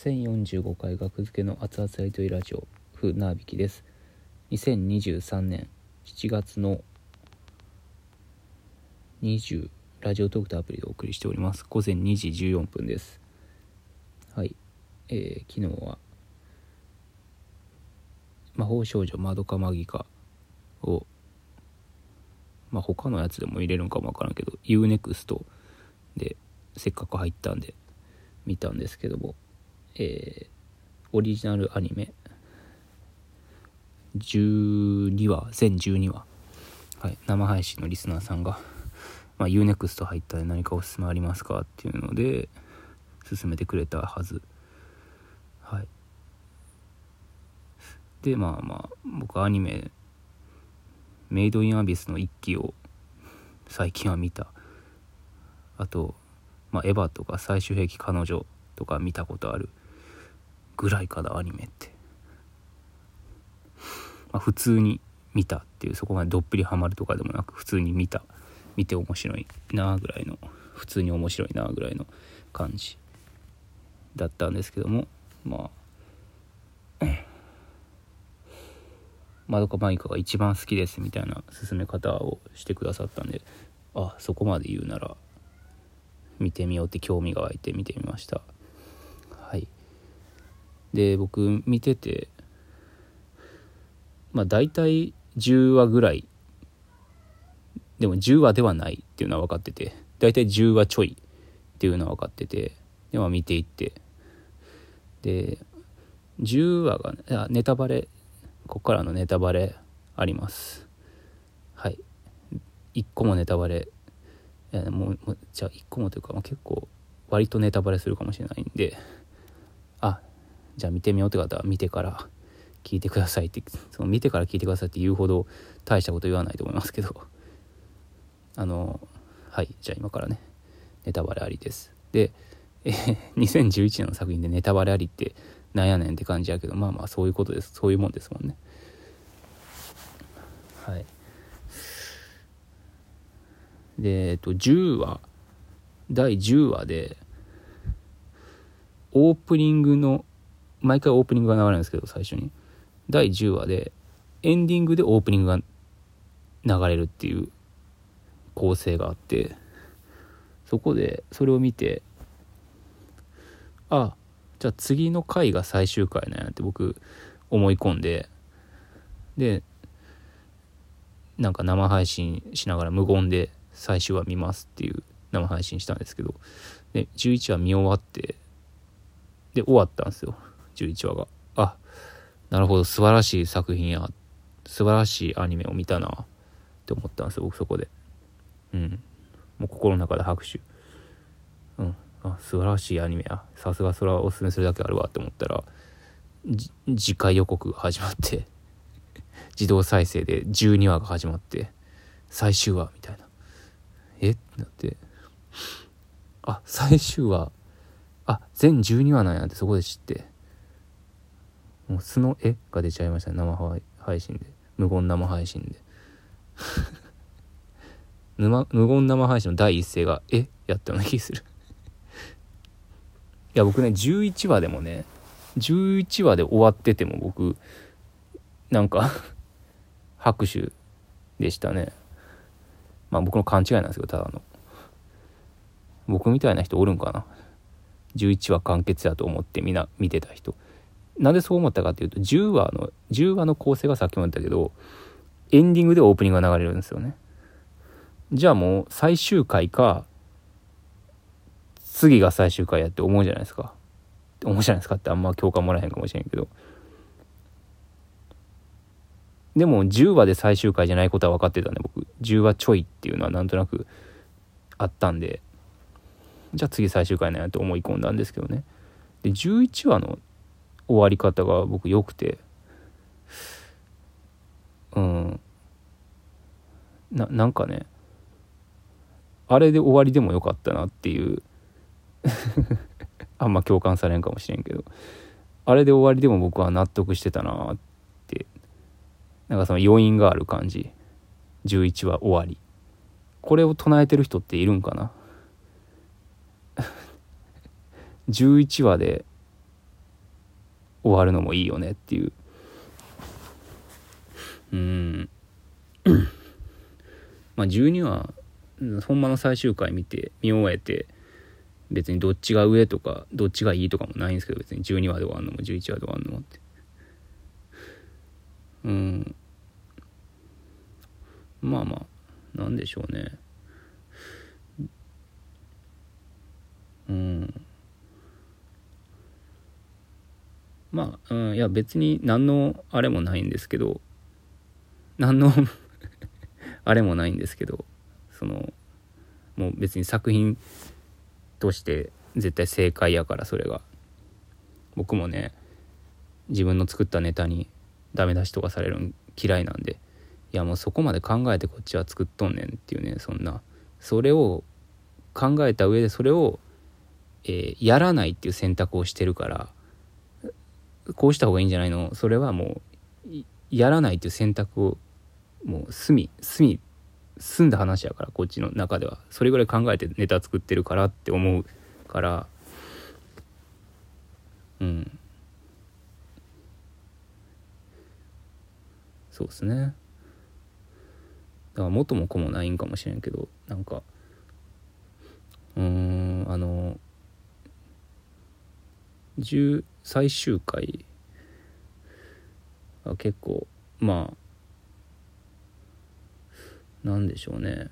1045回学付けの熱々やりとりラジオ風なびきです。2023年7月の20ラジオトークとアプリでお送りしております。午前2時14分です。はい、昨日は魔法少女まどかマギカを他のやつでも入れるんかもわからんけど UNEXT でせっかく入ったんで見たんですけども、オリジナルアニメ12話全12話、はい、生配信のリスナーさんが、UNEXT 入ったら何かおすすめありますかっていうので勧めてくれたはず。はい。で僕アニメメイドインアビスの1期を最近は見た。あとエヴァとか最終兵器彼女とか見たことあるぐらいかな、アニメって。普通に見たっていう、そこまでどっぷりハマるとかでもなく、普通に見て面白いなぐらいの、普通に面白いなぐらいの感じだったんですけども、まどかマギカが一番好きですみたいな勧め方をしてくださったんで、そこまで言うなら見てみようって興味が湧いて見てみました。はい。で、僕見ててだいたい10話ぐらい、でも10話ではないっていうのは分かってて、だいたい10話ちょいっていうのは分かってて、で見ていって、で10話がネタバレ、ここからのネタバレあります。はい。1個もネタバレ、じゃあ1個もというか、結構割とネタバレするかもしれないんで、じゃあ見てみようって方は見てから聞いてくださいって、その見てから聞いてくださいって言うほど大したこと言わないと思いますけど、はい、じゃあ今からねネタバレありです。で、2011年の作品でネタバレありってなんやねんって感じやけど、そういうことです。そういうもんですもんね。はい。で10話第10話でオープニングの、毎回オープニングが流れるんですけど、最初に第10話でエンディングでオープニングが流れるっていう構成があって、そこでそれを見て、じゃあ次の回が最終回なんやって僕思い込んで、で生配信しながら無言で最終話見ますっていう生配信したんですけど、で11話見終わって、で終わったんですよ、11話が。なるほど、素晴らしい作品や、素晴らしいアニメを見たなって思ったんですよ、僕そこで。もう心の中で拍手。素晴らしいアニメや、さすが、それはおすすめするだけあるわって思ったら、次回予告が始まって自動再生で12話が始まって最終話みたいな、ってなって、最終話全12話なんやって、そこで知って、もう素の絵が出ちゃいましたね、生配信で、無言生配信で無言生配信の第一声がやったような気するいや僕ね、11話でもね、11話で終わってても僕拍手でしたね。僕の勘違いなんですよ、ただの。僕みたいな人おるんかな、11話完結やと思ってみんな見てた人。なんでそう思ったかっていうと、10話の構成がさっきも言ったけど、エンディングでオープニングが流れるんですよね。じゃあもう最終回か次が最終回やって思うじゃないですか。ってあんま共感もらえへんかもしれんけど、でも10話で最終回じゃないことは分かってたんで、僕10話ちょいっていうのはなんとなくあったんで、じゃあ次最終回なんやと思い込んだんですけどね。で11話の終わり方が僕良くて、なんかね、あれで終わりでもよかったなっていうあんま共感されんかもしれんけど、あれで終わりでも僕は納得してたなって、その余韻がある感じ。11話終わり、これを唱えてる人っているんかな11話で終わるのもいいよねっていう。まあ12話ほんまの最終回見終えて、別にどっちが上とかどっちがいいとかもないんですけど、別に12話で終わるのも11話で終わるのもって、まあまあなんでしょうね。まあ、いや別に何のあれもないんですけど、何のあれもないんですけど、もう別に作品として絶対正解やから、それが僕もね、自分の作ったネタにダメ出しとかされるの嫌いなんで、いやもうそこまで考えてこっちは作っとんねんっていうね、それを考えた上でそれを、やらないっていう選択をしてるから、こうした方がいいんじゃないの、それはもうやらないっていう選択をもう済んだ話やから、こっちの中ではそれぐらい考えてネタ作ってるからって思うから、そうですね。だから元も子もないんかもしれんけど、なんか最終回は結構まあなんでしょうね、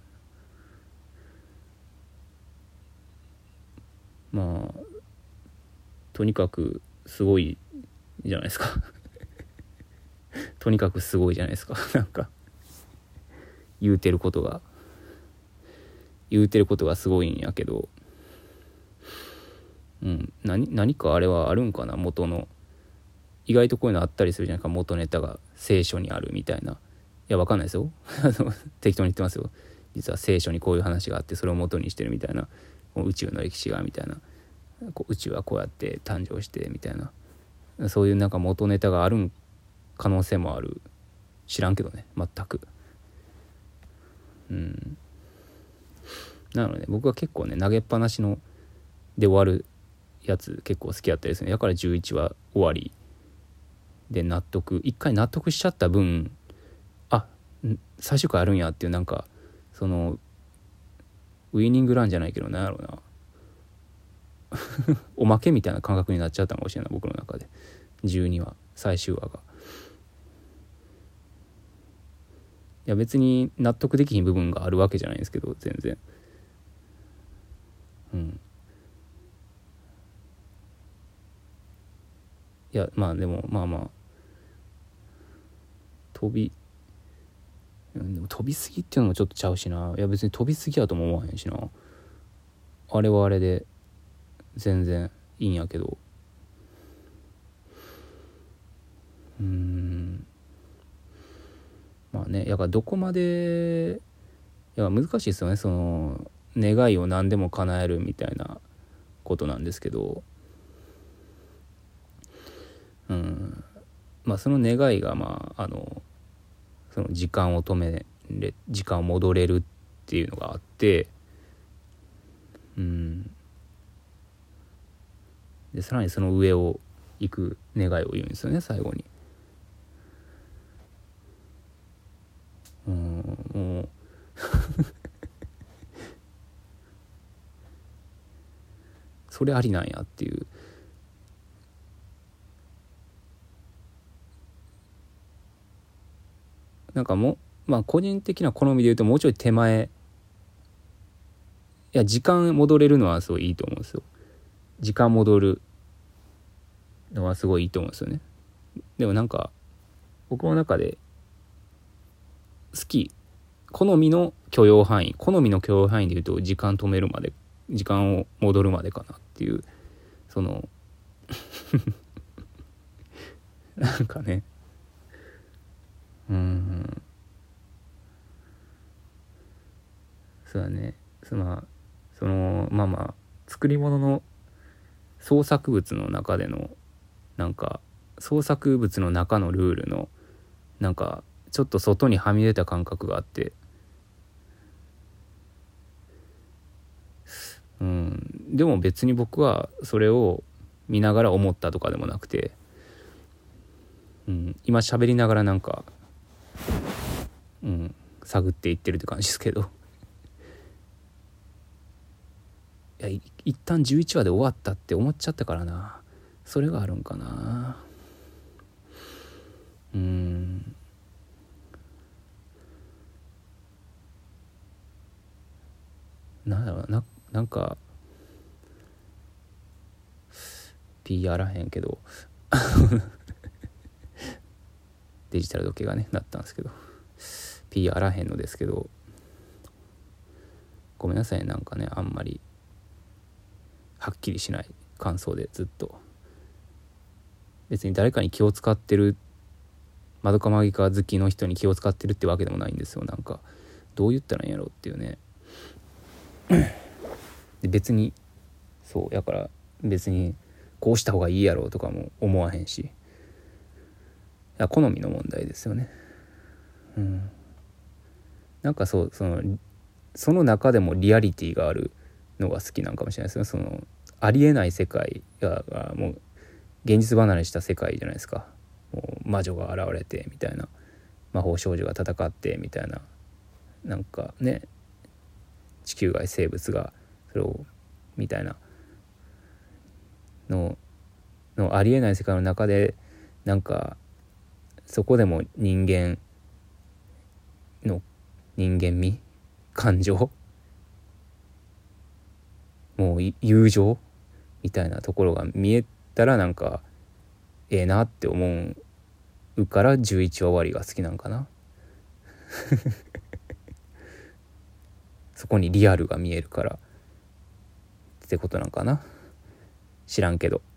まあとにかくすごいじゃないですかとにかくすごいじゃないですかなんか言うてることがすごいんやけど、何かあれはあるんかな、元の。意外とこういうのあったりするじゃないか、元ネタが聖書にあるみたいな。いやわかんないですよ適当に言ってますよ。実は聖書にこういう話があって、それを元にしてるみたいな、宇宙の歴史がみたいな、宇宙はこうやって誕生してみたいな、そういうなんか元ネタがある可能性もある。知らんけどね、全く。なので僕は結構ね、投げっぱなしので終わるやつ結構好きだったりするね。だから11話終わりで一回納得しちゃった分、最終回あるんやっていう、なんかウイニングランじゃないけど、なんやろうなおまけみたいな感覚になっちゃったかもしれない、僕の中で。12話最終話が、いや別に納得できひん部分があるわけじゃないんですけど、全然。いやまあでもまあでも飛びすぎっていうのもちょっとちゃうしな。いや別に飛びすぎやとも思わへんしな。あれはあれで全然いいんやけど、まあね、やっぱどこまで、いや難しいですよね、願いを何でも叶えるみたいなことなんですけど、まあその願いがその時間を戻れるっていうのがあって、でさらにその上を行く願いを言うんですよね、最後に。もうそれありなんやっていう。なんか個人的な好みで言うと、もうちょい手前、いや時間戻れるのはすごいいいと思うんですよ。時間戻るのはすごいいいと思うんですよね。でもなんか僕の中で好みの許容範囲で言うと、時間を戻るまでかなっていう、なんかね、そうだね、作り物の創作物の中での創作物の中のルールのちょっと外にはみ出た感覚があって、でも別に僕はそれを見ながら思ったとかでもなくて、 今喋りながらなんか探っていってるって感じですけど一旦11話で終わったって思っちゃったからな。それがあるんかな。なんだろうな、なんかPR らへんけどデジタル時計がねなったんですけど PR らへんのですけど、ごめんなさい、なんかねあんまりはっきりしない感想でずっと、別に誰かに気を使ってる、まどかマギカ好きの人に気を使ってるってわけでもないんですよ。なんかどう言ったらいいんやろうっていうねで別にそうやから別にこうした方がいいやろうとかも思わへんし、いや好みの問題ですよね。なんかその中でもリアリティがあるのが好きなんかもしれないですね。そのありえない世界がもう現実離れした世界じゃないですか。もう魔女が現れてみたいな、魔法少女が戦ってみたいな、なんかね地球外生物がそれをみたいなのありえない世界の中で、なんかそこでも人間味、感情、もう友情みたいなところが見えたらなんかええなって思うから11話終わりが好きなんかなそこにリアルが見えるからってことなんかな、知らんけど。